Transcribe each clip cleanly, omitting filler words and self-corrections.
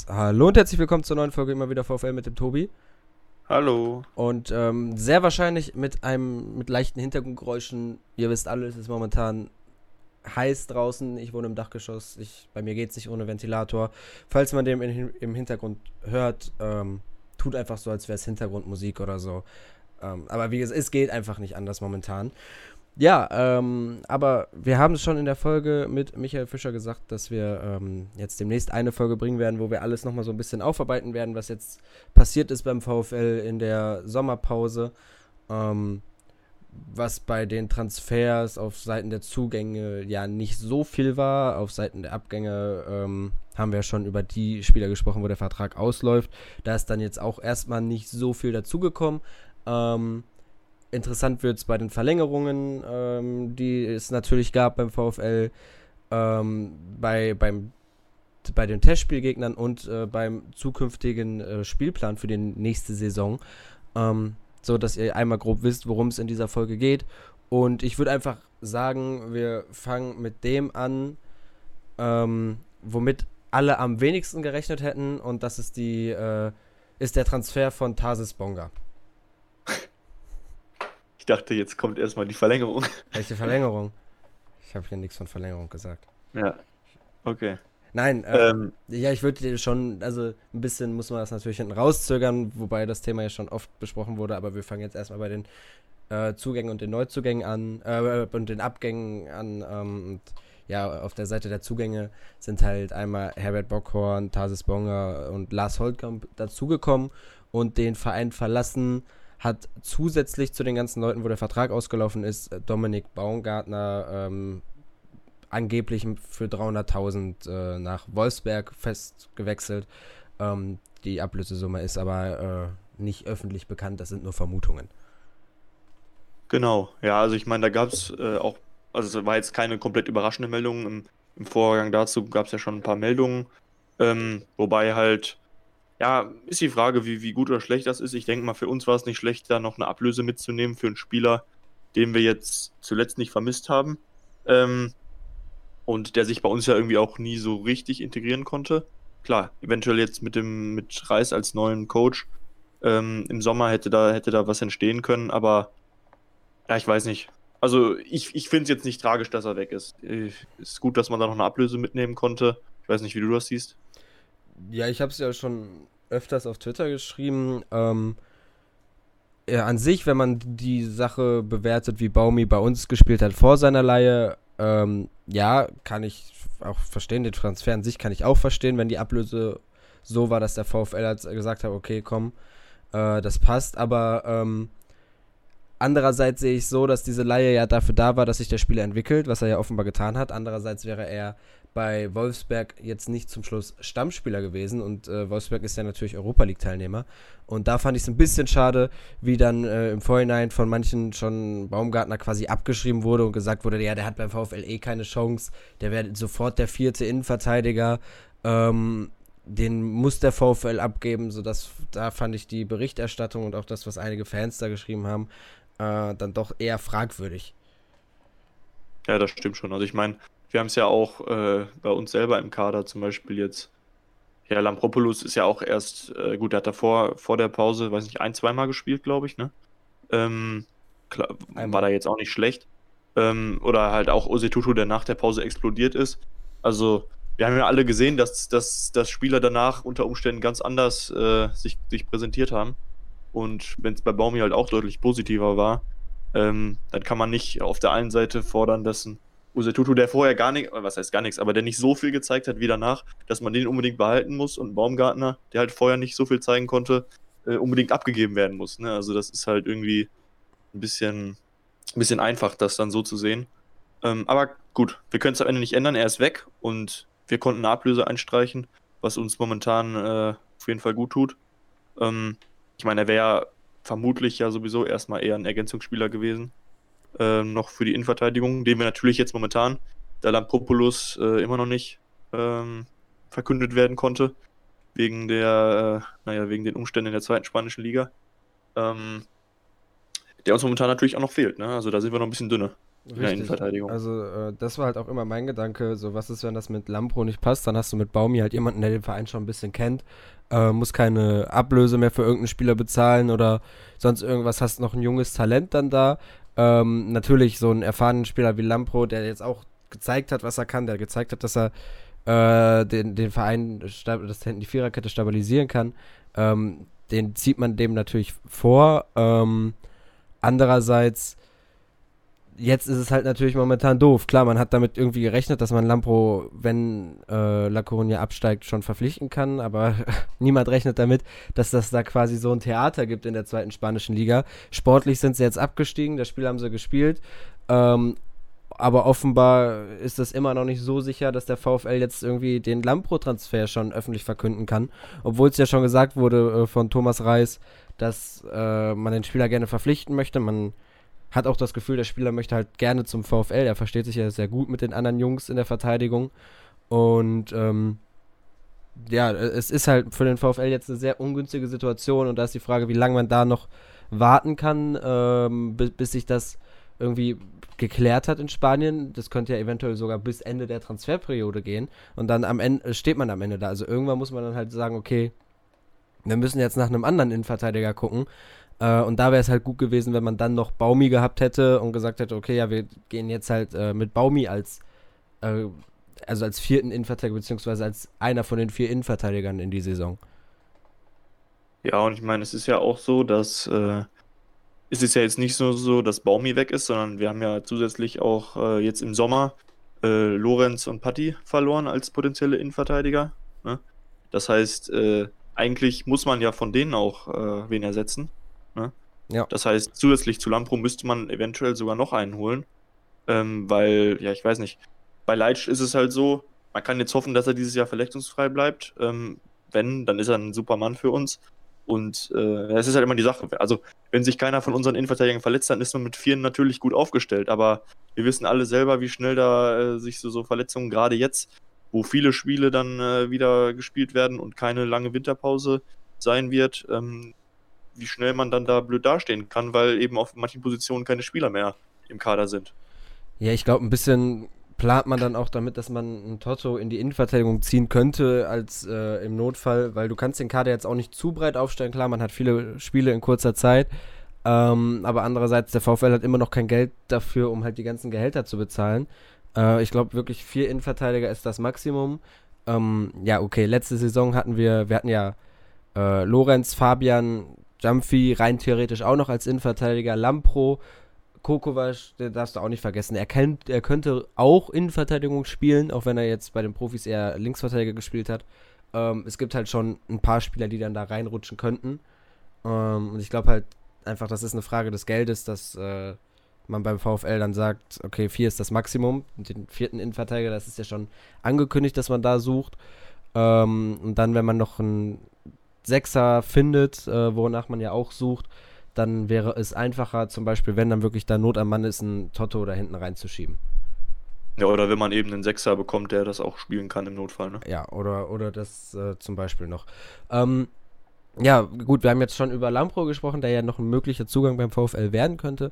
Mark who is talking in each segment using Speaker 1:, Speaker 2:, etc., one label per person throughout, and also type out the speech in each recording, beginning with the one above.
Speaker 1: Hallo und herzlich willkommen zur neuen Folge immer wieder VfL mit dem Tobi.
Speaker 2: Hallo.
Speaker 1: Und sehr wahrscheinlich mit leichten Hintergrundgeräuschen. Ihr wisst alle, es ist momentan heiß draußen. Ich wohne im Dachgeschoss. Bei mir geht es nicht ohne Ventilator. Falls man den im Hintergrund hört, tut einfach so, als wäre es Hintergrundmusik oder so. Aber wie gesagt, es geht einfach nicht anders momentan. Ja, aber wir haben es schon in der Folge mit Michael Fischer gesagt, dass wir jetzt demnächst eine Folge bringen werden, wo wir alles nochmal so ein bisschen aufarbeiten werden, was jetzt passiert ist beim VfL in der Sommerpause, ähm, was bei den Transfers auf Seiten der Zugänge ja nicht so viel war. Auf Seiten der Abgänge haben wir schon über die Spieler gesprochen, wo der Vertrag ausläuft. Da ist dann jetzt auch erstmal nicht so viel dazugekommen. Interessant wird es bei den Verlängerungen, die es natürlich gab beim VfL, bei den Testspielgegnern und beim zukünftigen Spielplan für die nächste Saison. So dass ihr einmal grob wisst, worum es in dieser Folge geht. Und ich würde einfach sagen, wir fangen mit dem an, womit alle am wenigsten gerechnet hätten. Und das ist ist der Transfer von Tarsis Bonga.
Speaker 2: Ich dachte, jetzt kommt erstmal die Verlängerung.
Speaker 1: Welche Verlängerung? Ich habe hier nichts von Verlängerung gesagt.
Speaker 2: Ja, okay.
Speaker 1: Nein,
Speaker 2: Ähm,
Speaker 1: ja, ich würde schon, also ein bisschen muss man das natürlich hinten rauszögern, wobei das Thema ja schon oft besprochen wurde, aber wir fangen jetzt erstmal bei den Zugängen und den Neuzugängen an und den Abgängen an. Und ja, auf der Seite der Zugänge sind halt einmal Herbert Bockhorn, Tarsis Bonga und Lars Holtkamp dazugekommen und den Verein verlassen hat zusätzlich zu den ganzen Leuten, wo der Vertrag ausgelaufen ist, Dominik Baumgartner angeblich für 300.000 nach Wolfsberg fest gewechselt. Die Ablösesumme ist aber nicht öffentlich bekannt, das sind nur Vermutungen.
Speaker 2: genau. Ja, also ich meine, da gab es auch, also es war jetzt keine komplett überraschende Meldung. Im Vorgang dazu gab es ja schon ein paar Meldungen. Wobei halt, ja, ist die Frage, wie gut oder schlecht das ist. Ich denke mal, für uns war es nicht schlecht, da noch eine Ablöse mitzunehmen für einen Spieler, den wir jetzt zuletzt nicht vermisst haben. Ähm, und der sich bei uns ja irgendwie auch nie so richtig integrieren konnte. Klar, eventuell jetzt mit Reis als neuen Coach im Sommer hätte da was entstehen können, aber ja, ich weiß nicht. Also ich finde es jetzt nicht tragisch, dass er weg ist. Ist gut, dass man da noch eine Ablöse mitnehmen konnte. Ich weiß nicht, wie du das siehst.
Speaker 1: Ja, ich habe es ja schon öfters auf Twitter geschrieben. Ja, an sich, wenn man die Sache bewertet, wie Baumi bei uns gespielt hat vor seiner Leihe, ja, kann ich auch verstehen. Den Transfer an sich kann ich auch verstehen, wenn die Ablöse so war, dass der VfL halt gesagt hat, okay, komm, das passt. Aber andererseits sehe ich so, dass diese Leihe ja dafür da war, dass sich der Spieler entwickelt, was er ja offenbar getan hat. Andererseits wäre er bei Wolfsberg jetzt nicht zum Schluss Stammspieler gewesen und Wolfsberg ist ja natürlich Europa League-Teilnehmer. Und da fand ich es ein bisschen schade, wie dann im Vorhinein von manchen schon Baumgartner quasi abgeschrieben wurde und gesagt wurde, ja, der hat beim VfL eh keine Chance, der wäre sofort der vierte Innenverteidiger. Den muss der VfL abgeben, sodass da fand ich die Berichterstattung und auch das, was einige Fans da geschrieben haben, dann doch eher fragwürdig.
Speaker 2: Ja, das stimmt schon. Also ich meine, wir haben es ja auch bei uns selber im Kader zum Beispiel jetzt. Ja, Lampropoulos ist ja auch erst, gut, der hat davor, vor der Pause, weiß nicht, ein, zweimal gespielt, glaube ich, ne? Ähm, klar, war
Speaker 1: Einmal.
Speaker 2: da jetzt auch nicht schlecht. Oder halt auch Osei-Tutu, der nach der Pause explodiert ist. Also, wir haben ja alle gesehen, dass Spieler danach unter Umständen ganz anders sich präsentiert haben. Und wenn es bei Baumi halt auch deutlich positiver war, dann kann man nicht auf der einen Seite fordern, dass ein Osei-Tutu, der vorher gar nicht, was heißt gar nichts, aber der nicht so viel gezeigt hat wie danach, dass man den unbedingt behalten muss und ein Baumgartner, der halt vorher nicht so viel zeigen konnte, unbedingt abgegeben werden muss. Ne? Also das ist halt irgendwie ein bisschen einfach, das dann so zu sehen. Aber gut, wir können es am Ende nicht ändern, er ist weg und wir konnten eine Ablöse einstreichen, was uns momentan auf jeden Fall gut tut. Ähm, Ich meine, er wäre vermutlich ja sowieso erstmal eher ein Ergänzungsspieler gewesen, noch für die Innenverteidigung, den wir natürlich jetzt momentan, da Lampropoulos immer noch nicht verkündet werden konnte, wegen den Umständen in der zweiten spanischen Liga, ähm, der uns momentan natürlich auch noch fehlt. Ne? Also da sind wir noch ein bisschen dünne. in der
Speaker 1: Richtig.
Speaker 2: Innenverteidigung.
Speaker 1: Also, das war halt auch immer mein Gedanke. So, was ist, wenn das mit Lampro nicht passt? Dann hast du mit Baumi halt jemanden, der den Verein schon ein bisschen kennt. Muss keine Ablöse mehr für irgendeinen Spieler bezahlen oder sonst irgendwas. Hast noch ein junges Talent dann da. Natürlich so einen erfahrenen Spieler wie Lampro, der jetzt auch gezeigt hat, was er kann, der gezeigt hat, dass er den Verein, die Viererkette stabilisieren kann. Den zieht man dem natürlich vor. Andererseits, jetzt ist es halt natürlich momentan doof. Klar, man hat damit irgendwie gerechnet, dass man Lampro, wenn La Coruña absteigt, schon verpflichten kann, aber niemand rechnet damit, dass das da quasi so ein Theater gibt in der zweiten spanischen Liga. Sportlich sind sie jetzt abgestiegen, das Spiel haben sie gespielt, aber offenbar ist es immer noch nicht so sicher, dass der VfL jetzt irgendwie den Lampro-Transfer schon öffentlich verkünden kann, obwohl es ja schon gesagt wurde von Thomas Reis, dass man den Spieler gerne verpflichten möchte. Man hat auch das Gefühl, der Spieler möchte halt gerne zum VfL. Er versteht sich ja sehr gut mit den anderen Jungs in der Verteidigung. Und ja, es ist halt für den VfL jetzt eine sehr ungünstige Situation. Und da ist die Frage, wie lange man da noch warten kann, bis sich das irgendwie geklärt hat in Spanien. Das könnte ja eventuell sogar bis Ende der Transferperiode gehen. Und dann am Ende steht man am Ende da. Also irgendwann muss man dann halt sagen, okay, wir müssen jetzt nach einem anderen Innenverteidiger gucken. Und da wäre es halt gut gewesen, wenn man dann noch Baumi gehabt hätte und gesagt hätte, okay, ja, wir gehen jetzt halt mit Baumi als vierten Innenverteidiger, beziehungsweise als einer von den 4 Innenverteidigern in die Saison.
Speaker 2: Ja, und ich meine, es ist ja auch so, dass es ist ja jetzt nicht so, dass Baumi weg ist, sondern wir haben ja zusätzlich auch jetzt im Sommer Lorenz und Patti verloren als potenzielle Innenverteidiger. Ne? Das heißt, eigentlich muss man ja von denen auch wen ersetzen. Ne?
Speaker 1: Ja.
Speaker 2: Das heißt, zusätzlich zu Lampro müsste man eventuell sogar noch einen holen. Weil, ja, ich weiß nicht, bei Leitsch ist es halt so, man kann jetzt hoffen, dass er dieses Jahr verletzungsfrei bleibt. Wenn, dann ist er ein super Mann für uns. Und es ist halt immer die Sache. Also, wenn sich keiner von unseren Innenverteidigern verletzt, dann ist man mit 4 natürlich gut aufgestellt. Aber wir wissen alle selber, wie schnell da sich so Verletzungen, gerade jetzt, wo viele Spiele dann wieder gespielt werden und keine lange Winterpause sein wird, wie schnell man dann da blöd dastehen kann, weil eben auf manchen Positionen keine Spieler mehr im Kader sind.
Speaker 1: Ja, ich glaube, ein bisschen plant man dann auch damit, dass man einen Toto in die Innenverteidigung ziehen könnte, als im Notfall, weil du kannst den Kader jetzt auch nicht zu breit aufstellen. Klar, man hat viele Spiele in kurzer Zeit, aber andererseits, der VfL hat immer noch kein Geld dafür, um halt die ganzen Gehälter zu bezahlen. Ich glaube wirklich 4 Innenverteidiger ist das Maximum. Ja, okay, letzte Saison hatten wir hatten ja Lorenz, Fabian, Jumpy rein theoretisch auch noch als Innenverteidiger, Lampro, Kokovac, den darfst du auch nicht vergessen. Er könnte auch Innenverteidigung spielen, auch wenn er jetzt bei den Profis eher Linksverteidiger gespielt hat. Es gibt halt schon ein paar Spieler, die dann da reinrutschen könnten. Und ich glaube halt einfach, das ist eine Frage des Geldes, dass man beim VfL dann sagt, okay, 4 ist das Maximum. Und den 4. Innenverteidiger, das ist ja schon angekündigt, dass man da sucht. Und dann, wenn man noch einen Sechser findet, wonach man ja auch sucht, dann wäre es einfacher, zum Beispiel, wenn dann wirklich da Not am Mann ist, einen Toto da hinten reinzuschieben.
Speaker 2: Ja, oder wenn man eben einen Sechser bekommt, der das auch spielen kann im Notfall, ne?
Speaker 1: Ja, oder das zum Beispiel noch. Ja, gut, wir haben jetzt schon über Lampro gesprochen, der ja noch ein möglicher Zugang beim VfL werden könnte.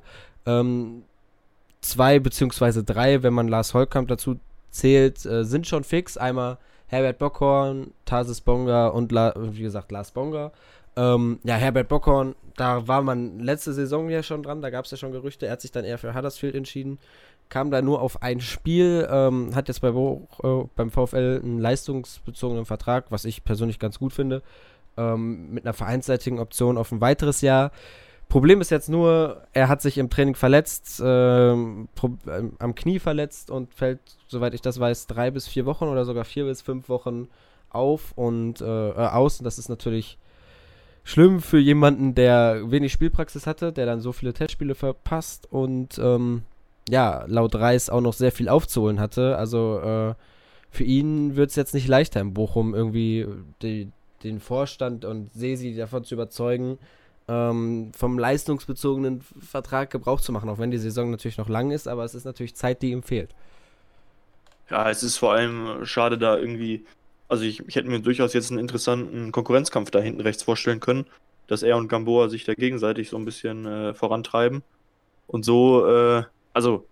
Speaker 1: 2 beziehungsweise 3, wenn man Lars Holtkamp dazu zählt, sind schon fix. Einmal Herbert Bockhorn, Tarsis Bonga und wie gesagt Lars Bonga. Ja, Herbert Bockhorn, da war man letzte Saison ja schon dran, da gab es ja schon Gerüchte, er hat sich dann eher für Huddersfield entschieden, kam da nur auf ein Spiel, hat jetzt beim VfL einen leistungsbezogenen Vertrag, was ich persönlich ganz gut finde, mit einer vereinsseitigen Option auf ein weiteres Jahr. Problem ist jetzt nur, er hat sich im Training verletzt, am Knie verletzt und fällt, soweit ich das weiß, 3 bis 4 Wochen oder sogar 4 bis 5 Wochen aus und das ist natürlich schlimm für jemanden, der wenig Spielpraxis hatte, der dann so viele Testspiele verpasst und ja, laut Reis auch noch sehr viel aufzuholen hatte. Also für ihn wird es jetzt nicht leichter in Bochum irgendwie den Vorstand und Sesi davon zu überzeugen, vom leistungsbezogenen Vertrag Gebrauch zu machen, auch wenn die Saison natürlich noch lang ist, aber es ist natürlich Zeit, die ihm fehlt.
Speaker 2: Ja, es ist vor allem schade da irgendwie, also ich hätte mir durchaus jetzt einen interessanten Konkurrenzkampf da hinten rechts vorstellen können, dass er und Gamboa sich da gegenseitig so ein bisschen vorantreiben und so, also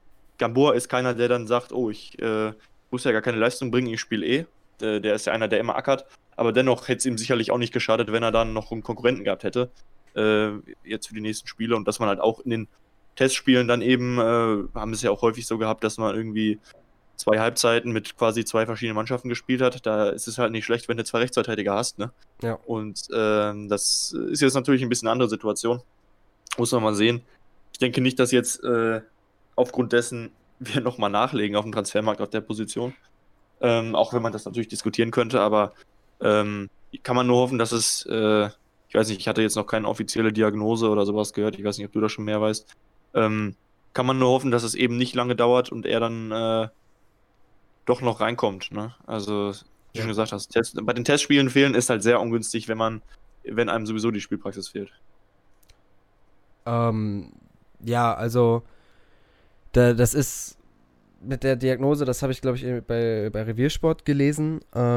Speaker 2: Gamboa ist keiner, der dann sagt, oh, ich muss ja gar keine Leistung bringen, ich spiele eh. Der ist ja einer, der immer ackert. Aber dennoch hätte es ihm sicherlich auch nicht geschadet, wenn er dann noch einen Konkurrenten gehabt hätte. Jetzt für die nächsten Spiele. Und dass man halt auch in den Testspielen dann eben, haben es ja auch häufig so gehabt, dass man irgendwie 2 Halbzeiten mit quasi 2 verschiedenen Mannschaften gespielt hat. Da ist es halt nicht schlecht, wenn du 2 Rechtsverteidiger hast, ne?
Speaker 1: Ja.
Speaker 2: Und das ist jetzt natürlich ein bisschen eine andere Situation. Muss man mal sehen. Ich denke nicht, dass jetzt aufgrund dessen wir nochmal nachlegen auf dem Transfermarkt auf der Position. Auch wenn man das natürlich diskutieren könnte, aber kann man nur hoffen, dass es, ich weiß nicht, ich hatte jetzt noch keine offizielle Diagnose oder sowas gehört, ich weiß nicht, ob du da schon mehr weißt. Kann man nur hoffen, dass es eben nicht lange dauert und er dann doch noch reinkommt, ne? Also, wie schon gesagt hast, bei den Testspielen fehlen ist halt sehr ungünstig, wenn einem sowieso die Spielpraxis fehlt.
Speaker 1: Ja, also das ist mit der Diagnose, das habe ich, glaube ich, bei Reviersport gelesen.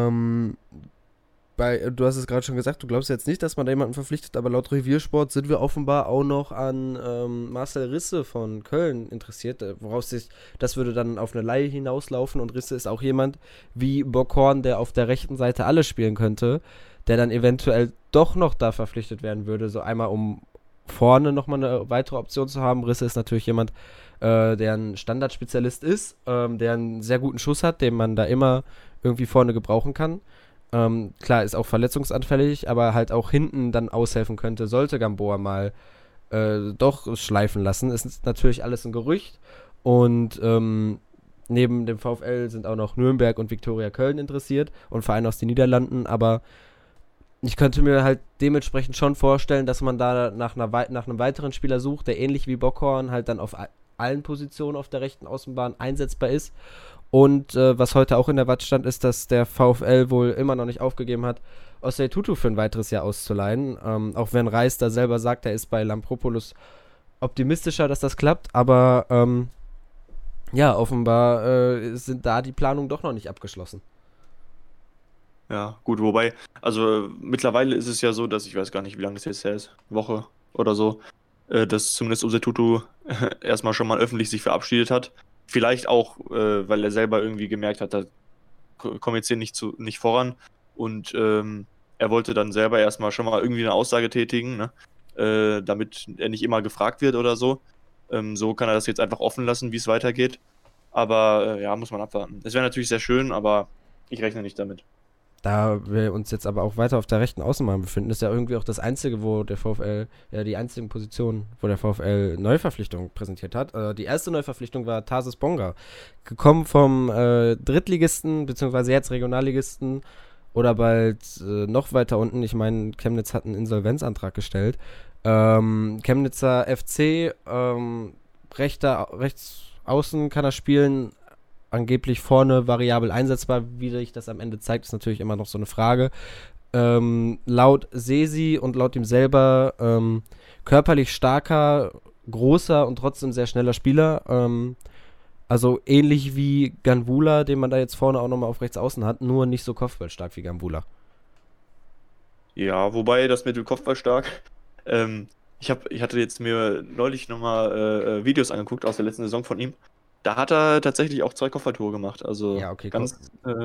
Speaker 1: Du hast es gerade schon gesagt, du glaubst jetzt nicht, dass man da jemanden verpflichtet, aber laut Reviersport sind wir offenbar auch noch an Marcel Risse von Köln interessiert, das würde dann auf eine Leihe hinauslaufen und Risse ist auch jemand wie Bockhorn, der auf der rechten Seite alles spielen könnte, der dann eventuell doch noch da verpflichtet werden würde, so einmal um vorne nochmal eine weitere Option zu haben. Risse ist natürlich jemand, der ein Standardspezialist ist, der einen sehr guten Schuss hat, den man da immer irgendwie vorne gebrauchen kann. Klar, ist auch verletzungsanfällig, aber halt auch hinten dann aushelfen könnte, sollte Gamboa mal doch schleifen lassen. Ist natürlich alles ein Gerücht und neben dem VfL sind auch noch Nürnberg und Viktoria Köln interessiert und Vereine aus den Niederlanden, aber ich könnte mir halt dementsprechend schon vorstellen, dass man da nach einem weiteren Spieler sucht, der ähnlich wie Bockhorn halt dann auf allen Positionen auf der rechten Außenbahn einsetzbar ist. Und was heute auch in der Watt stand, ist, dass der VfL wohl immer noch nicht aufgegeben hat, Osei Tutu für ein weiteres Jahr auszuleihen. Auch wenn Reis da selber sagt, er ist bei Lampropoulos optimistischer, dass das klappt. Aber ja, offenbar sind da die Planungen doch noch nicht abgeschlossen.
Speaker 2: Ja, gut, wobei, also mittlerweile ist es ja so, dass ich weiß gar nicht, wie lange das jetzt her ist, Woche oder so, dass zumindest Osei Tutu erstmal schon mal öffentlich sich verabschiedet hat. Vielleicht auch, weil er selber irgendwie gemerkt hat, da kommt jetzt hier nicht voran und er wollte dann selber erstmal schon mal irgendwie eine Aussage tätigen, ne? Damit er nicht immer gefragt wird oder so. So kann er das jetzt einfach offen lassen, wie es weitergeht. Aber ja, muss man abwarten. Es wäre natürlich sehr schön, aber ich rechne nicht damit.
Speaker 1: Da wir uns jetzt aber auch weiter auf der rechten Außenbahn befinden, ist ja irgendwie auch das einzige, wo der VfL, ja die einzige Position, wo der VfL Neuverpflichtung präsentiert hat. Die erste Neuverpflichtung war Tarsis Bonga, gekommen vom Drittligisten, beziehungsweise jetzt Regionalligisten oder bald noch weiter unten. Ich meine, Chemnitz hat einen Insolvenzantrag gestellt. Chemnitzer FC, rechts außen kann er spielen, angeblich vorne variabel einsetzbar. Wie sich das am Ende zeigt, ist natürlich immer noch so eine Frage. Laut Sesi und laut ihm selber körperlich starker, großer und trotzdem sehr schneller Spieler. Also ähnlich wie Ganvula, den man da jetzt vorne auch nochmal auf rechts außen hat, nur nicht so kopfballstark wie Ganvula.
Speaker 2: Ja, wobei das mit dem Kopfball stark. Ich hatte jetzt mir neulich nochmal Videos angeguckt aus der letzten Saison von ihm. Da hat er tatsächlich auch 2 Kopfballtore gemacht. Also
Speaker 1: Ja, okay,
Speaker 2: ganz.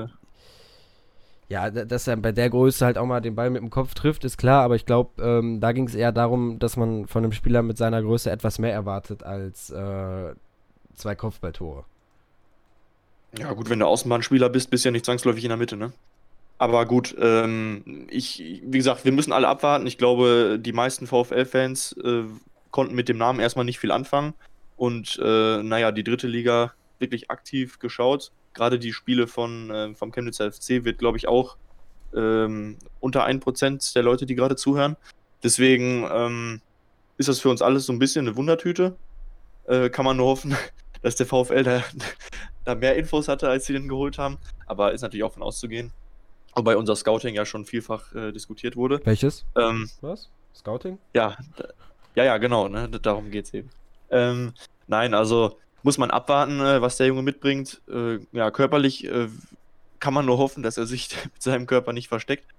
Speaker 1: Ja, dass er bei der Größe halt auch mal den Ball mit dem Kopf trifft, ist klar, aber ich glaube, da ging es eher darum, dass man von einem Spieler mit seiner Größe etwas mehr erwartet als 2 Kopfballtore.
Speaker 2: Ja, gut, wenn du Außenbahnspieler bist du ja nicht zwangsläufig in der Mitte, ne? Aber gut, wie gesagt, wir müssen alle abwarten. Ich glaube, die meisten VfL-Fans konnten mit dem Namen erstmal nicht viel anfangen. Und naja, die dritte Liga wirklich aktiv geschaut. Gerade die Spiele vom Chemnitzer FC wird, glaube ich, auch unter 1% der Leute, die gerade zuhören. Deswegen ist das für uns alles so ein bisschen eine Wundertüte. Kann man nur hoffen, dass der VfL da mehr Infos hatte, als sie den geholt haben. Aber ist natürlich auch von auszugehen. Wobei unser Scouting ja schon vielfach diskutiert wurde.
Speaker 1: Welches? Was? Scouting?
Speaker 2: Ja, genau, ne? Darum geht's eben. Nein, also muss man abwarten, was der Junge mitbringt. Ja, körperlich kann man nur hoffen, dass er sich mit seinem Körper nicht versteckt.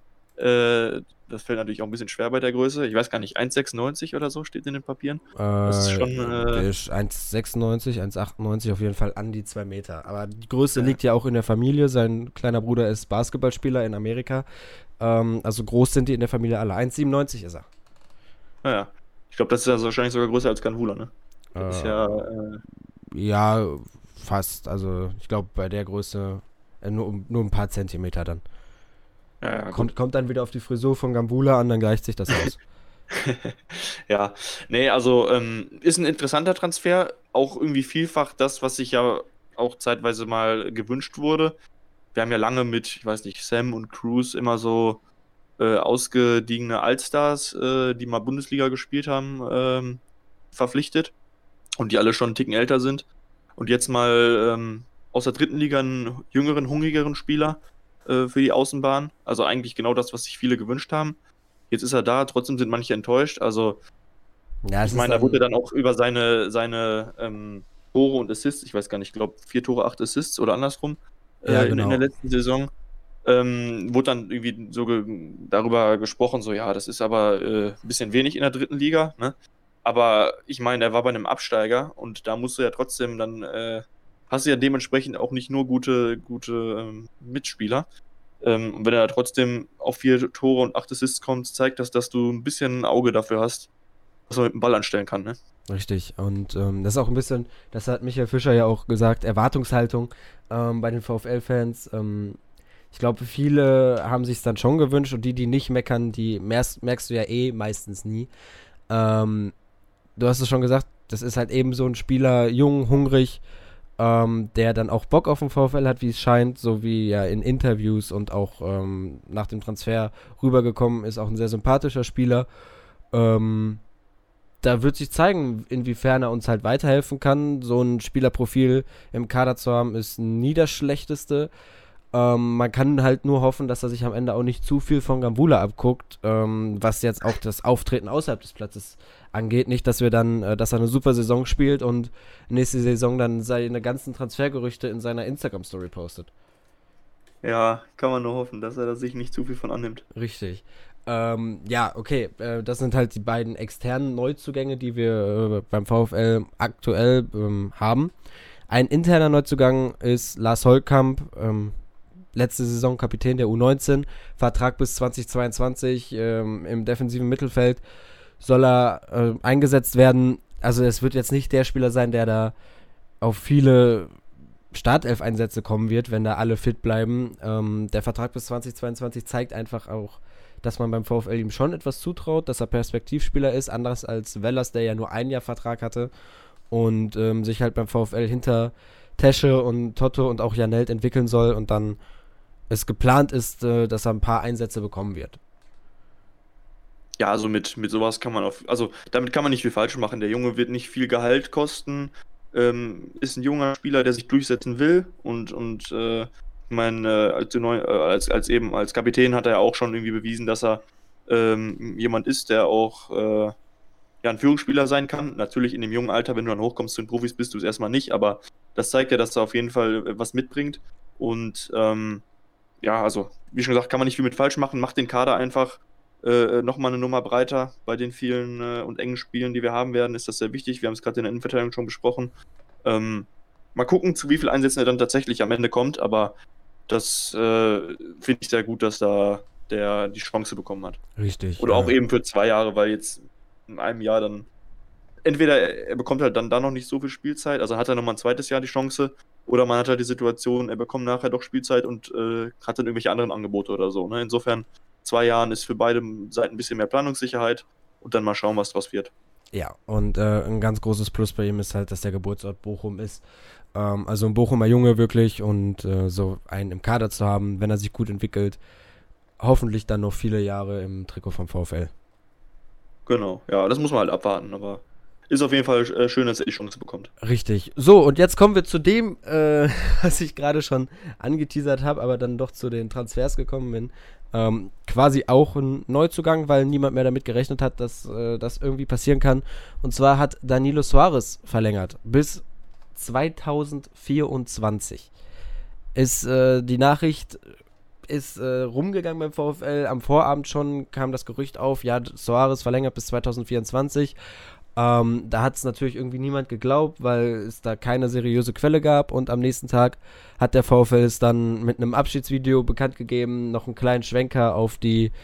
Speaker 2: Das fällt natürlich auch ein bisschen schwer bei der Größe. Ich weiß gar nicht, 1,96 oder so steht in den Papieren. Das ist schon.
Speaker 1: Der ist 1,96, 1,98, auf jeden Fall an die 2 Meter. Aber die Größe liegt ja auch in der Familie. Sein kleiner Bruder ist Basketballspieler in Amerika. Also groß sind die in der Familie alle. 1,97 ist er.
Speaker 2: Naja. Ich glaube, das ist ja wahrscheinlich sogar größer als Ganvula, ne? Das ist ja.
Speaker 1: Ja, fast. Also ich glaube, bei der Größe nur ein paar Zentimeter dann.
Speaker 2: Ja,
Speaker 1: kommt dann wieder auf die Frisur von Gambula an, dann gleicht sich das aus.
Speaker 2: Ja, nee, also ist ein interessanter Transfer, auch irgendwie vielfach das, was sich ja auch zeitweise mal gewünscht wurde. Wir haben ja lange mit, ich weiß nicht, Sam und Cruz immer so ausgediegene Allstars, die mal Bundesliga gespielt haben, verpflichtet und die alle schon einen Ticken älter sind. Und jetzt mal aus der dritten Liga einen jüngeren, hungrigeren Spieler für die Außenbahn. Also eigentlich genau das, was sich viele gewünscht haben. Jetzt ist er da, trotzdem sind manche enttäuscht. Also
Speaker 1: ja,
Speaker 2: ich meine, da wurde dann auch über seine Tore und Assists, ich weiß gar nicht, ich glaube 4 Tore, 8 Assists oder andersrum,
Speaker 1: ja, genau.
Speaker 2: in der letzten Saison, wurde dann irgendwie so darüber gesprochen, so ja, das ist aber ein bisschen wenig in der dritten Liga, ne? Aber ich meine, er war bei einem Absteiger und da musst du ja trotzdem dann hast du ja dementsprechend auch nicht nur gute Mitspieler. Und wenn er trotzdem auf 4 Tore und 8 Assists kommt, zeigt das, dass du ein bisschen ein Auge dafür hast, was man mit dem Ball anstellen kann, ne?
Speaker 1: Richtig. Und das ist auch ein bisschen, das hat Michael Fischer ja auch gesagt, Erwartungshaltung bei den VfL-Fans. Ich glaube, viele haben sich es dann schon gewünscht und die nicht meckern, die merkst du ja meistens nie. Du hast es schon gesagt, das ist halt eben so ein Spieler, jung, hungrig, der dann auch Bock auf den VfL hat, wie es scheint, so wie ja in Interviews und auch nach dem Transfer rübergekommen ist, auch ein sehr sympathischer Spieler. Da wird sich zeigen, inwiefern er uns halt weiterhelfen kann. So ein Spielerprofil im Kader zu haben, ist nie das Schlechteste. Man kann halt nur hoffen, dass er sich am Ende auch nicht zu viel von Gambula abguckt, was jetzt auch das Auftreten außerhalb des Platzes angeht. Nicht, dass wir dann, dass er eine super Saison spielt und nächste Saison dann seine ganzen Transfergerüchte in seiner Instagram-Story postet.
Speaker 2: Ja, kann man nur hoffen, dass er da sich nicht zu viel von annimmt.
Speaker 1: Richtig. Ja, okay, das sind halt die beiden externen Neuzugänge, die wir beim VfL aktuell haben. Ein interner Neuzugang ist Lars Holtkamp, letzte Saison Kapitän der U19, Vertrag bis 2022 im defensiven Mittelfeld soll er eingesetzt werden. Also es wird jetzt nicht der Spieler sein, der da auf viele Startelf-Einsätze kommen wird, wenn da alle fit bleiben. Der Vertrag bis 2022 zeigt einfach auch, dass man beim VfL ihm schon etwas zutraut, dass er Perspektivspieler ist, anders als Wellers, der ja nur ein Jahr Vertrag hatte und sich halt beim VfL hinter Tesche und Toto und auch Janelt entwickeln soll und dann es geplant ist, dass er ein paar Einsätze bekommen wird.
Speaker 2: Ja, also mit sowas kann man damit kann man nicht viel falsch machen. Der Junge wird nicht viel Gehalt kosten, ist ein junger Spieler, der sich durchsetzen will und ich meine, als Kapitän hat er ja auch schon irgendwie bewiesen, dass er jemand ist, der auch ein Führungsspieler sein kann. Natürlich in dem jungen Alter, wenn du dann hochkommst zu den Profis, bist du es erstmal nicht, aber das zeigt ja, dass er auf jeden Fall was mitbringt und ja, also wie schon gesagt, kann man nicht viel mit falsch machen, macht den Kader einfach nochmal eine Nummer breiter. Bei den vielen und engen Spielen, die wir haben werden, ist das sehr wichtig. Wir haben es gerade in der Innenverteidigung schon besprochen. Mal gucken, zu wie viel Einsätzen er dann tatsächlich am Ende kommt, aber das finde ich sehr gut, dass da der die Chance bekommen hat.
Speaker 1: Richtig.
Speaker 2: Oder auch eben für 2 Jahre, weil jetzt in einem Jahr dann entweder er bekommt halt dann da noch nicht so viel Spielzeit, also hat er nochmal ein zweites Jahr die Chance, oder man hat halt die Situation, er bekommt nachher doch Spielzeit und hat dann irgendwelche anderen Angebote oder so. Ne? Insofern 2 Jahren ist für beide Seiten ein bisschen mehr Planungssicherheit und dann mal schauen, was draus wird.
Speaker 1: Ja, und ein ganz großes Plus bei ihm ist halt, dass der Geburtsort Bochum ist. Also ein Bochumer Junge wirklich und so einen im Kader zu haben, wenn er sich gut entwickelt, hoffentlich dann noch viele Jahre im Trikot vom VfL.
Speaker 2: Genau, ja, das muss man halt abwarten, aber ist auf jeden Fall schön, dass er die Chance bekommt.
Speaker 1: Richtig. So, und jetzt kommen wir zu dem, was ich gerade schon angeteasert habe, aber dann doch zu den Transfers gekommen bin. Quasi auch ein Neuzugang, weil niemand mehr damit gerechnet hat, dass das irgendwie passieren kann. Und zwar hat Danilo Suarez verlängert bis 2024. Die Nachricht ist rumgegangen beim VfL. Am Vorabend schon kam das Gerücht auf, ja, Soares verlängert bis 2024. Da hat es natürlich irgendwie niemand geglaubt, weil es da keine seriöse Quelle gab. Und am nächsten Tag hat der VfL es dann mit einem Abschiedsvideo bekannt gegeben, noch einen kleinen Schwenker auf die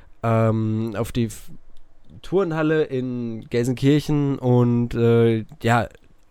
Speaker 1: Turnhalle in Gelsenkirchen. Und ja,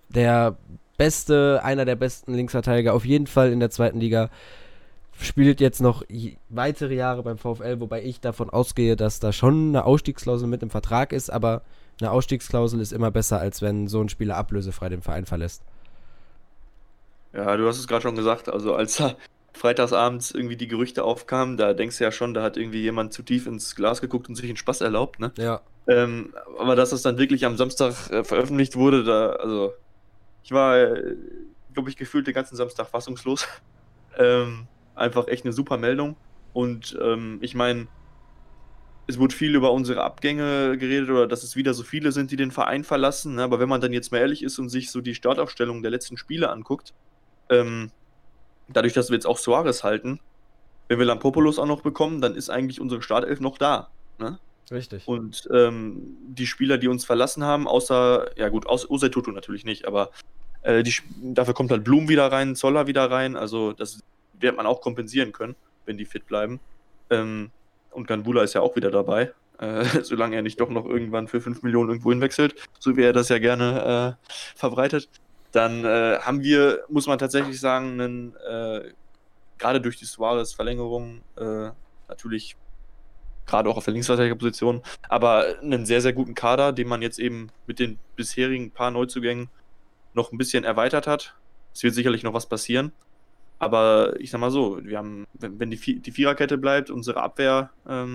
Speaker 1: einer der besten Linksverteidiger auf jeden Fall in der zweiten Liga, spielt jetzt noch weitere Jahre beim VfL, wobei ich davon ausgehe, dass da schon eine Ausstiegsklausel mit im Vertrag ist, aber eine Ausstiegsklausel ist immer besser, als wenn so ein Spieler ablösefrei den Verein verlässt.
Speaker 2: Ja, du hast es gerade schon gesagt, also als da freitagsabends irgendwie die Gerüchte aufkamen, da denkst du ja schon, da hat irgendwie jemand zu tief ins Glas geguckt und sich einen Spaß erlaubt, ne?
Speaker 1: Ja.
Speaker 2: Aber dass das dann wirklich am Samstag veröffentlicht wurde, also ich war, glaube ich, gefühlt den ganzen Samstag fassungslos. Einfach echt eine super Meldung. Und ich meine, es wurde viel über unsere Abgänge geredet oder dass es wieder so viele sind, die den Verein verlassen. Ne? Aber wenn man dann jetzt mal ehrlich ist und sich so die Startaufstellung der letzten Spiele anguckt, dadurch, dass wir jetzt auch Soares halten, wenn wir Lampopoulos auch noch bekommen, dann ist eigentlich unsere Startelf noch da. Ne?
Speaker 1: Richtig.
Speaker 2: Und die Spieler, die uns verlassen haben, außer Osei-Tutu natürlich nicht, aber dafür kommt halt Blum wieder rein, Zoller wieder rein, also das wird man auch kompensieren können, wenn die fit bleiben. Und Ganbula ist ja auch wieder dabei, solange er nicht doch noch irgendwann für 5 Millionen irgendwo hinwechselt, so wie er das ja gerne verbreitet. Dann haben wir, muss man tatsächlich sagen, gerade durch die Suarez-Verlängerung natürlich gerade auch auf der Linksverteidigerposition, aber einen sehr, sehr guten Kader, den man jetzt eben mit den bisherigen paar Neuzugängen noch ein bisschen erweitert hat. Es wird sicherlich noch was passieren, aber ich sag mal so, wir haben, wenn die Viererkette bleibt, unsere Abwehr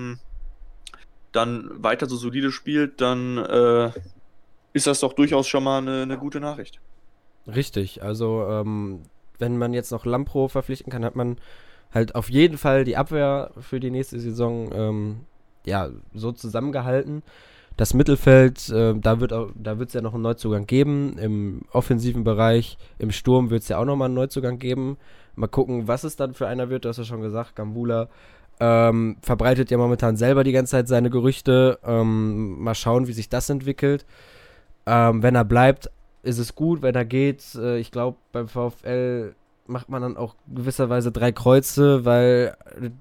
Speaker 2: dann weiter so solide spielt, dann ist das doch durchaus schon mal eine gute Nachricht.
Speaker 1: Richtig, also wenn man jetzt noch Lampro verpflichten kann, hat man halt auf jeden Fall die Abwehr für die nächste Saison so zusammengehalten. Das Mittelfeld, da wird es ja noch einen Neuzugang geben. Im offensiven Bereich, im Sturm wird es ja auch nochmal einen Neuzugang geben. Mal gucken, was es dann für einer wird. Du hast ja schon gesagt, Ganbula verbreitet ja momentan selber die ganze Zeit seine Gerüchte. Mal schauen, wie sich das entwickelt. Wenn er bleibt, ist es gut. Wenn er geht, ich glaube, beim VfL macht man dann auch gewisserweise 3 Kreuze, weil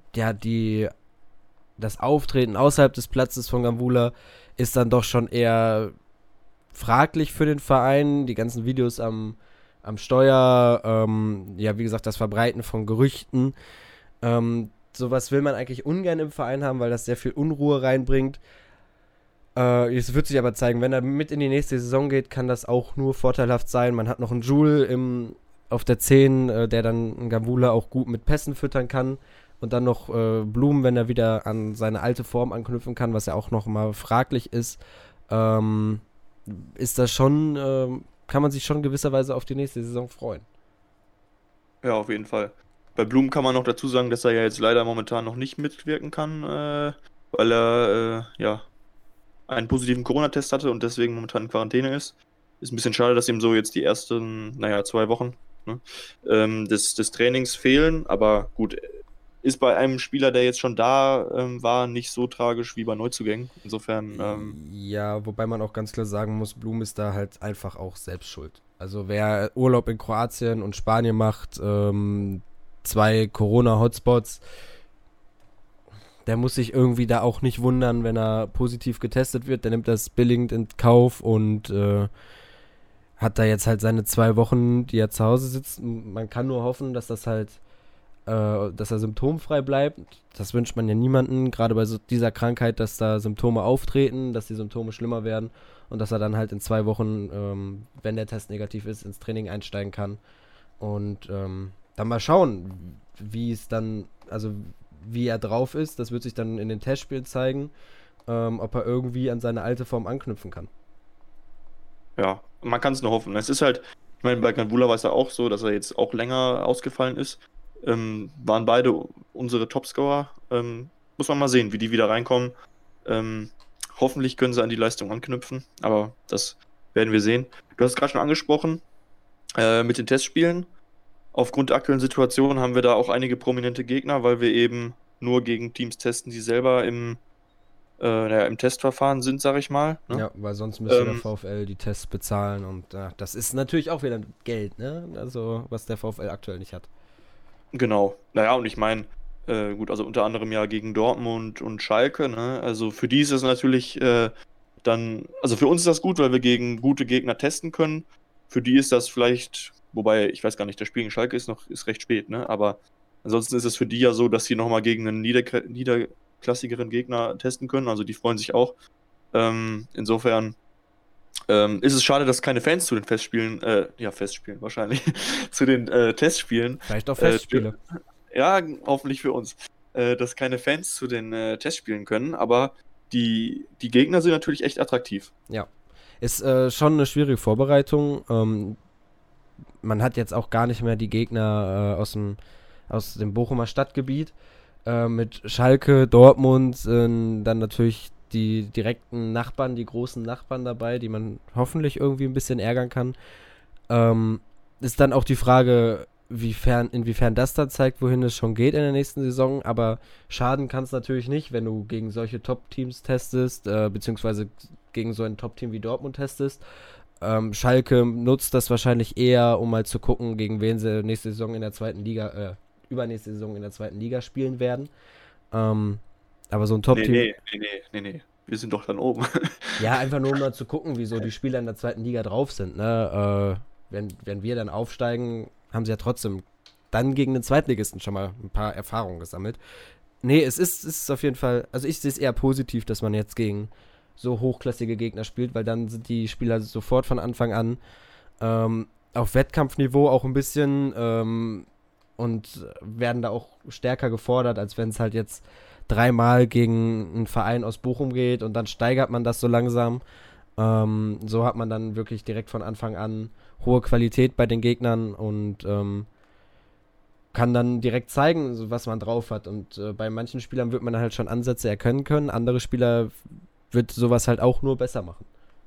Speaker 1: das Auftreten außerhalb des Platzes von Ganbula ist dann doch schon eher fraglich für den Verein. Die ganzen Videos am Steuer, wie gesagt, das Verbreiten von Gerüchten. Sowas will man eigentlich ungern im Verein haben, weil das sehr viel Unruhe reinbringt. Es wird sich aber zeigen, wenn er mit in die nächste Saison geht, kann das auch nur vorteilhaft sein. Man hat noch einen Joule auf der 10, der dann Ganbula auch gut mit Pässen füttern kann. Und dann noch Blum, wenn er wieder an seine alte Form anknüpfen kann, was ja auch noch mal fraglich ist. Ist das schon, kann man sich schon gewisserweise auf die nächste Saison freuen.
Speaker 2: Ja, auf jeden Fall. Bei Blum kann man noch dazu sagen, dass er ja jetzt leider momentan noch nicht mitwirken kann, weil er einen positiven Corona-Test hatte und deswegen momentan in Quarantäne ist. Ist ein bisschen schade, dass ihm so jetzt die ersten, 2 Wochen des Trainings fehlen, aber gut, ist bei einem Spieler, der jetzt schon da war, nicht so tragisch wie bei Neuzugängen. Insofern.
Speaker 1: Ja, wobei man auch ganz klar sagen muss, Blum ist da halt einfach auch selbst schuld. Also wer Urlaub in Kroatien und Spanien macht, 2 Corona-Hotspots, der muss sich irgendwie da auch nicht wundern, wenn er positiv getestet wird. Der nimmt das billigend in Kauf und hat da jetzt halt seine 2 Wochen, die er zu Hause sitzt. Man kann nur hoffen, dass das halt dass er symptomfrei bleibt. Das wünscht man ja niemanden, gerade bei so dieser Krankheit, dass da Symptome auftreten, dass die Symptome schlimmer werden und dass er dann halt in 2 Wochen, wenn der Test negativ ist, ins Training einsteigen kann. Und dann mal schauen, wie er drauf ist. Das wird sich dann in den Testspielen zeigen, ob er irgendwie an seine alte Form anknüpfen kann.
Speaker 2: Ja, man kann es nur hoffen. Es ist halt, ich meine, bei Ganbula war es ja auch so, dass er jetzt auch länger ausgefallen ist. Waren beide unsere Topscorer. Muss man mal sehen, wie die wieder reinkommen. Hoffentlich können sie an die Leistung anknüpfen, aber das werden wir sehen. Du hast es gerade schon angesprochen, mit den Testspielen. Aufgrund der aktuellen Situation haben wir da auch einige prominente Gegner, weil wir eben nur gegen Teams testen, die selber im Testverfahren sind, sag ich mal. Ne?
Speaker 1: Ja, weil sonst müsste der
Speaker 2: Ähm,
Speaker 1: VfL die Tests bezahlen und das ist natürlich auch wieder Geld, ne? Also, was der VfL aktuell nicht hat.
Speaker 2: Genau. Naja, und ich meine, gut, also unter anderem ja gegen Dortmund und Schalke, ne? Also für die ist es natürlich dann, also für uns ist das gut, weil wir gegen gute Gegner testen können. Für die ist das vielleicht, wobei, ich weiß gar nicht, das Spiel gegen Schalke ist recht spät, ne? Aber ansonsten ist es für die ja so, dass sie nochmal gegen einen niederklassigeren Gegner testen können. Also die freuen sich auch. Insofern ist es schade, dass keine Fans zu den Festspielen, Festspielen wahrscheinlich, zu den Testspielen
Speaker 1: Vielleicht auch Festspiele.
Speaker 2: ja, hoffentlich für uns, dass keine Fans zu den Testspielen können, aber die Gegner sind natürlich echt attraktiv.
Speaker 1: Ja. Ist schon eine schwierige Vorbereitung. Man hat jetzt auch gar nicht mehr die Gegner aus dem Bochumer Stadtgebiet. Mit Schalke, Dortmund, dann natürlich die direkten Nachbarn, die großen Nachbarn dabei, die man hoffentlich irgendwie ein bisschen ärgern kann. Ist dann auch die Frage, inwiefern das dann zeigt, wohin es schon geht in der nächsten Saison, aber schaden kann es natürlich nicht, wenn du gegen solche Top-Teams testest, beziehungsweise gegen so ein Top-Team wie Dortmund testest. Schalke nutzt das wahrscheinlich eher, um mal zu gucken, gegen wen sie nächste Saison in der zweiten Liga, übernächste Saison in der zweiten Liga spielen werden. Aber so ein Top-Team.
Speaker 2: Nee. Wir sind doch dann oben.
Speaker 1: Ja, einfach nur um mal zu gucken, wie so die Spieler in der zweiten Liga drauf sind. Ne? Wenn wir dann aufsteigen, haben sie ja trotzdem dann gegen den Zweitligisten schon mal ein paar Erfahrungen gesammelt. Nee, es ist auf jeden Fall, also ich sehe es eher positiv, dass man jetzt gegen so hochklassige Gegner spielt, weil dann sind die Spieler sofort von Anfang an auf Wettkampfniveau auch ein bisschen und werden da auch stärker gefordert, als wenn es halt jetzt dreimal gegen einen Verein aus Bochum geht und dann steigert man das so langsam. So hat man dann wirklich direkt von Anfang an hohe Qualität bei den Gegnern und kann dann direkt zeigen, was man drauf hat. Und bei manchen Spielern wird man halt schon Ansätze erkennen können. Andere Spieler wird sowas halt auch nur besser machen.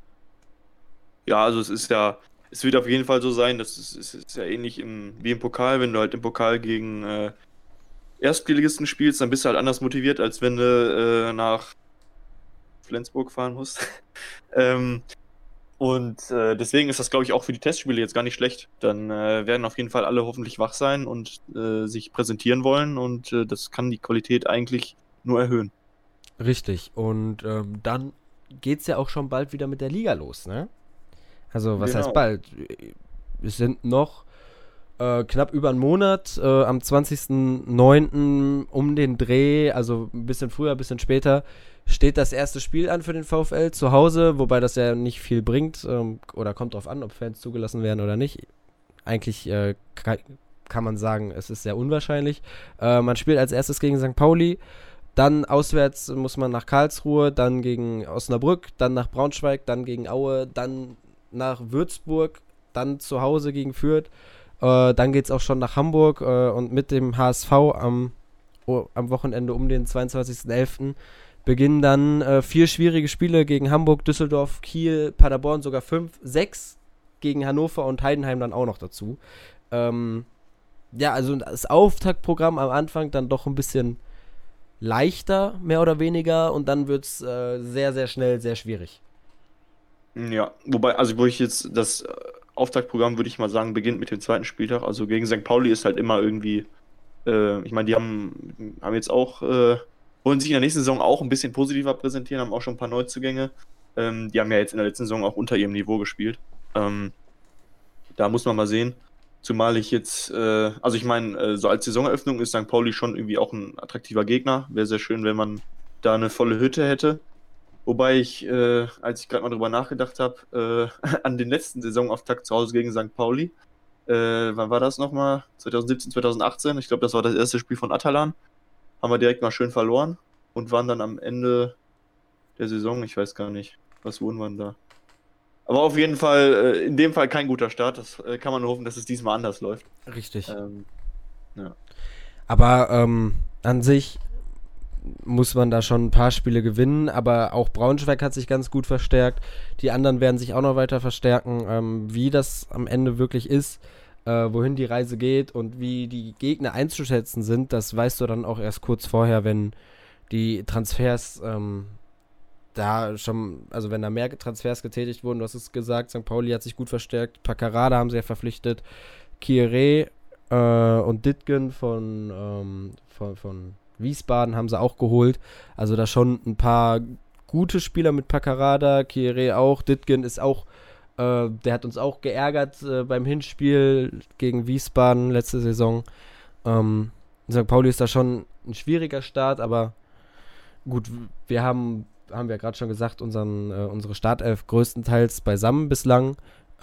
Speaker 2: Ja, also es wird auf jeden Fall so sein, es ist ja ähnlich wie im Pokal, wenn du halt im Pokal gegen Erstligisten spielst, dann bist du halt anders motiviert, als wenn du nach Flensburg fahren musst. Deswegen ist das, glaube ich, auch für die Testspiele jetzt gar nicht schlecht. Dann werden auf jeden Fall alle hoffentlich wach sein und sich präsentieren wollen und das kann die Qualität eigentlich nur erhöhen.
Speaker 1: Richtig. Und dann geht's ja auch schon bald wieder mit der Liga los, ne? Also, was heißt bald? Es sind noch knapp über einen Monat, am 20.09. um den Dreh, also ein bisschen früher, ein bisschen später, steht das erste Spiel an für den VfL zu Hause, wobei das ja nicht viel bringt, oder kommt drauf an, ob Fans zugelassen werden oder nicht. Eigentlich kann man sagen, es ist sehr unwahrscheinlich. Man spielt als erstes gegen St. Pauli, dann auswärts muss man nach Karlsruhe, dann gegen Osnabrück, dann nach Braunschweig, dann gegen Aue, dann nach Würzburg, dann zu Hause gegen Fürth. Dann geht es auch schon nach Hamburg und mit dem HSV am Wochenende um den 22.11. beginnen dann 4 schwierige Spiele gegen Hamburg, Düsseldorf, Kiel, Paderborn, sogar 5, 6 gegen Hannover und Heidenheim dann auch noch dazu. Also das Auftaktprogramm am Anfang dann doch ein bisschen leichter, mehr oder weniger, und dann wird es sehr, sehr schnell sehr schwierig.
Speaker 2: Ja, wobei, also wo ich jetzt das Auftaktprogramm, würde ich mal sagen, beginnt mit dem zweiten Spieltag. Also gegen St. Pauli ist halt immer irgendwie, ich meine, die haben jetzt auch, wollen sich in der nächsten Saison auch ein bisschen positiver präsentieren, haben auch schon ein paar Neuzugänge. Die haben ja jetzt in der letzten Saison auch unter ihrem Niveau gespielt. Da muss man mal sehen. Zumal ich jetzt, also ich meine, so als Saisoneröffnung ist St. Pauli schon irgendwie auch ein attraktiver Gegner. Wäre sehr schön, wenn man da eine volle Hütte hätte. Wobei ich, als ich gerade mal drüber nachgedacht habe, an den letzten Saisonauftakt zu Hause gegen St. Pauli, wann war das nochmal? 2017, 2018? Ich glaube, das war das erste Spiel von Atalan. Haben wir direkt mal schön verloren und waren dann am Ende der Saison, ich weiß gar nicht, was wurden wir da? Aber auf jeden Fall, in dem Fall kein guter Start. Das kann man nur hoffen, dass es diesmal anders läuft.
Speaker 1: Richtig.
Speaker 2: Ja.
Speaker 1: Aber an sich muss man da schon ein paar Spiele gewinnen, aber auch Braunschweig hat sich ganz gut verstärkt. Die anderen werden sich auch noch weiter verstärken. Wie das am Ende wirklich ist, wohin die Reise geht und wie die Gegner einzuschätzen sind, das weißt du dann auch erst kurz vorher, wenn die Transfers da schon, also wenn da mehr Transfers getätigt wurden. Du hast es gesagt, St. Pauli hat sich gut verstärkt, Paccarada haben sie ja verpflichtet, Kieré und Dittgen von Wiesbaden haben sie auch geholt. Also da schon ein paar gute Spieler mit Paccarada, Kieré auch, Dittgen ist auch, der hat uns auch geärgert beim Hinspiel gegen Wiesbaden letzte Saison. St. Pauli ist da schon ein schwieriger Start, aber gut, wir haben wir gerade schon gesagt, unsere Startelf größtenteils beisammen bislang.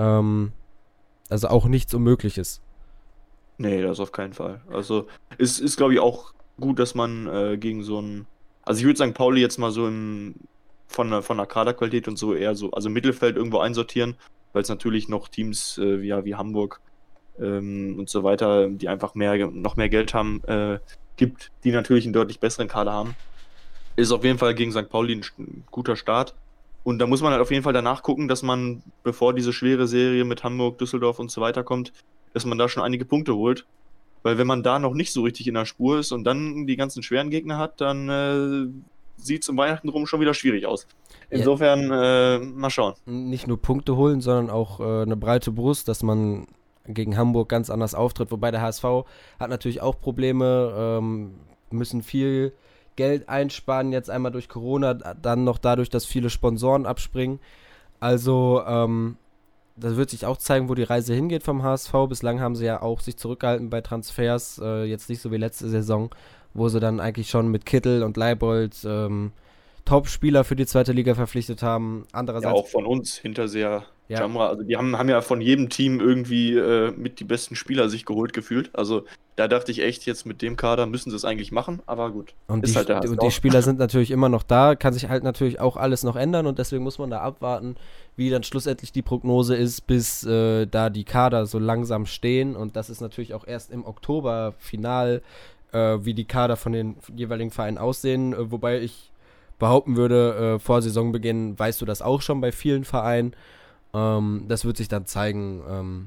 Speaker 1: Also auch nichts Unmögliches.
Speaker 2: Nee, das auf keinen Fall. Also ist glaube ich, auch gut, dass man gegen so ein. Also ich würde St. Pauli jetzt mal so von der Kaderqualität und so eher so, also Mittelfeld irgendwo einsortieren, weil es natürlich noch Teams wie Hamburg und so weiter, die einfach noch mehr Geld haben, gibt, die natürlich einen deutlich besseren Kader haben. Ist auf jeden Fall gegen St. Pauli ein guter Start. Und da muss man halt auf jeden Fall danach gucken, dass man, bevor diese schwere Serie mit Hamburg, Düsseldorf und so weiter kommt, dass man da schon einige Punkte holt. Weil wenn man da noch nicht so richtig in der Spur ist und dann die ganzen schweren Gegner hat, dann sieht es um Weihnachten rum schon wieder schwierig aus. Insofern, mal schauen.
Speaker 1: Nicht nur Punkte holen, sondern auch eine breite Brust, dass man gegen Hamburg ganz anders auftritt. Wobei der HSV hat natürlich auch Probleme, müssen viel Geld einsparen, jetzt einmal durch Corona, dann noch dadurch, dass viele Sponsoren abspringen. Also, das wird sich auch zeigen, wo die Reise hingeht vom HSV. Bislang haben sie ja auch sich zurückgehalten bei Transfers, jetzt nicht so wie letzte Saison, wo sie dann eigentlich schon mit Kittel und Leibold Top-Spieler für die zweite Liga verpflichtet haben. Andererseits
Speaker 2: ja, auch von uns, Hinterseher, Jamra, also die haben ja von jedem Team irgendwie mit die besten Spieler sich geholt gefühlt. Also da dachte ich echt, jetzt mit dem Kader müssen sie es eigentlich machen, aber gut.
Speaker 1: Und die Spieler sind natürlich immer noch da, kann sich halt natürlich auch alles noch ändern und deswegen muss man da abwarten, wie dann schlussendlich die Prognose ist, bis da die Kader so langsam stehen und das ist natürlich auch erst im Oktober final, wie die Kader von den jeweiligen Vereinen aussehen, wobei ich behaupten würde, vor Saisonbeginn weißt du das auch schon bei vielen Vereinen. Das wird sich dann zeigen,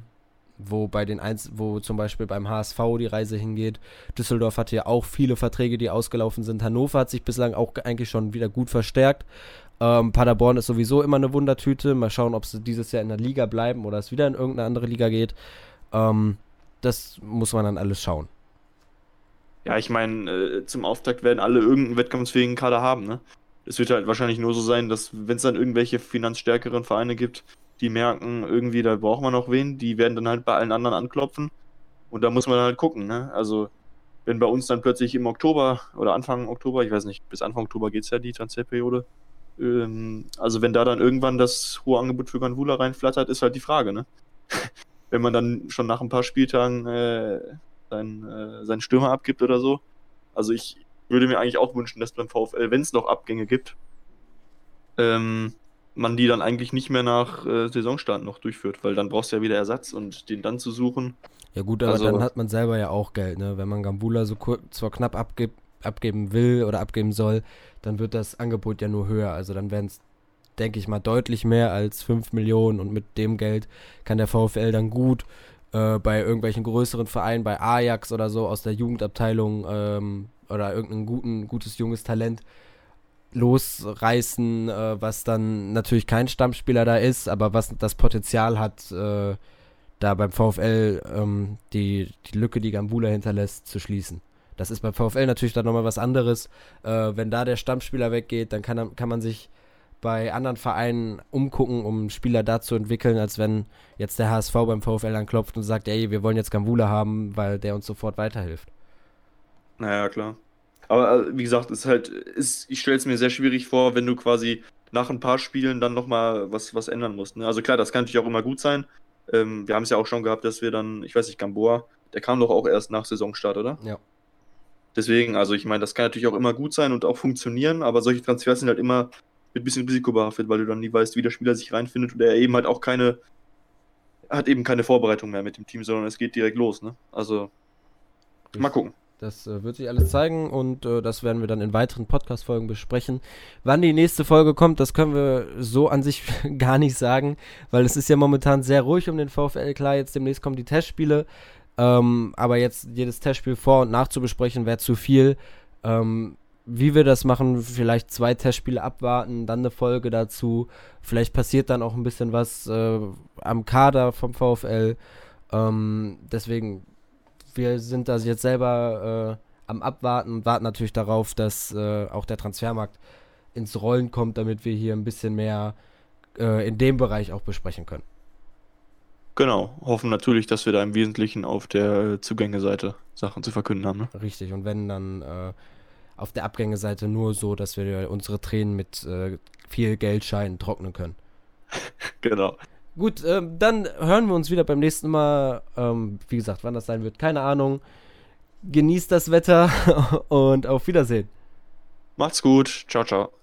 Speaker 1: wo zum Beispiel beim HSV die Reise hingeht. Düsseldorf hatte ja auch viele Verträge, die ausgelaufen sind. Hannover hat sich bislang auch eigentlich schon wieder gut verstärkt. Paderborn ist sowieso immer eine Wundertüte. Mal schauen, ob sie dieses Jahr in der Liga bleiben oder es wieder in irgendeine andere Liga geht. Das muss man dann alles schauen.
Speaker 2: Ja, ich meine, zum Auftakt werden alle irgendeinen wettkampfsfähigen Kader haben, ne? Es wird halt wahrscheinlich nur so sein, dass, wenn es dann irgendwelche finanzstärkeren Vereine gibt, die merken, irgendwie, da braucht man noch wen, die werden dann halt bei allen anderen anklopfen und da muss man halt gucken, ne? Also, wenn bei uns dann plötzlich im Oktober oder Anfang Oktober, ich weiß nicht, bis Anfang Oktober geht es ja die Transferperiode, also wenn da dann irgendwann das hohe Angebot für Ganvula reinflattert, ist halt die Frage, ne? Wenn man dann schon nach ein paar Spieltagen seinen Stürmer abgibt oder so. Also ich würde mir eigentlich auch wünschen, dass beim VfL, wenn es noch Abgänge gibt, man die dann eigentlich nicht mehr nach Saisonstart noch durchführt, weil dann brauchst du ja wieder Ersatz und den dann zu suchen.
Speaker 1: Ja gut, aber dann hat man selber ja auch Geld, ne? Wenn man Ganvula so zwar knapp abgeben will oder abgeben soll, dann wird das Angebot ja nur höher. Also dann werden es, denke ich mal, deutlich mehr als 5 Millionen und mit dem Geld kann der VfL dann gut bei irgendwelchen größeren Vereinen, bei Ajax oder so aus der Jugendabteilung oder irgendein gutes junges Talent losreißen, was dann natürlich kein Stammspieler da ist, aber was das Potenzial hat, da beim VfL die Lücke, die Ganvula hinterlässt, zu schließen. Das ist beim VfL natürlich dann nochmal was anderes. Wenn da der Stammspieler weggeht, dann kann man sich bei anderen Vereinen umgucken, um Spieler da zu entwickeln, als wenn jetzt der HSV beim VfL anklopft und sagt, ey, wir wollen jetzt Ganvula haben, weil der uns sofort weiterhilft.
Speaker 2: Naja, klar. Aber wie gesagt, ich stelle es mir sehr schwierig vor, wenn du quasi nach ein paar Spielen dann nochmal was ändern musst. Ne? Also klar, das kann natürlich auch immer gut sein. Wir haben es ja auch schon gehabt, dass wir dann, ich weiß nicht, Gamboa, der kam doch auch erst nach Saisonstart, oder?
Speaker 1: Ja.
Speaker 2: Deswegen, also ich meine, das kann natürlich auch immer gut sein und auch funktionieren, aber solche Transfers sind halt immer mit ein bisschen risikobehaftet, weil du dann nie weißt, wie der Spieler sich reinfindet oder er eben halt auch hat eben keine Vorbereitung mehr mit dem Team, sondern es geht direkt los, ne? Also, mal gucken.
Speaker 1: Das wird sich alles zeigen und das werden wir dann in weiteren Podcast-Folgen besprechen. Wann die nächste Folge kommt, das können wir so an sich gar nicht sagen, weil es ist ja momentan sehr ruhig um den VfL. Klar, jetzt demnächst kommen die Testspiele, aber jetzt jedes Testspiel vor- und nachzubesprechen wäre zu viel. Wie wir das machen, vielleicht 2 Testspiele abwarten, dann eine Folge dazu. Vielleicht passiert dann auch ein bisschen was am Kader vom VfL. Deswegen, wir sind da jetzt selber am Abwarten und warten natürlich darauf, dass auch der Transfermarkt ins Rollen kommt, damit wir hier ein bisschen mehr in dem Bereich auch besprechen können.
Speaker 2: Genau, hoffen natürlich, dass wir da im Wesentlichen auf der Zugängeseite Sachen zu verkünden haben. Ne?
Speaker 1: Richtig, und wenn dann auf der Abgängeseite nur so, dass wir unsere Tränen mit viel Geldscheinen trocknen können.
Speaker 2: Genau.
Speaker 1: Gut, dann hören wir uns wieder beim nächsten Mal. Wie gesagt, wann das sein wird, keine Ahnung. Genießt das Wetter und auf Wiedersehen.
Speaker 2: Macht's gut. Ciao, ciao.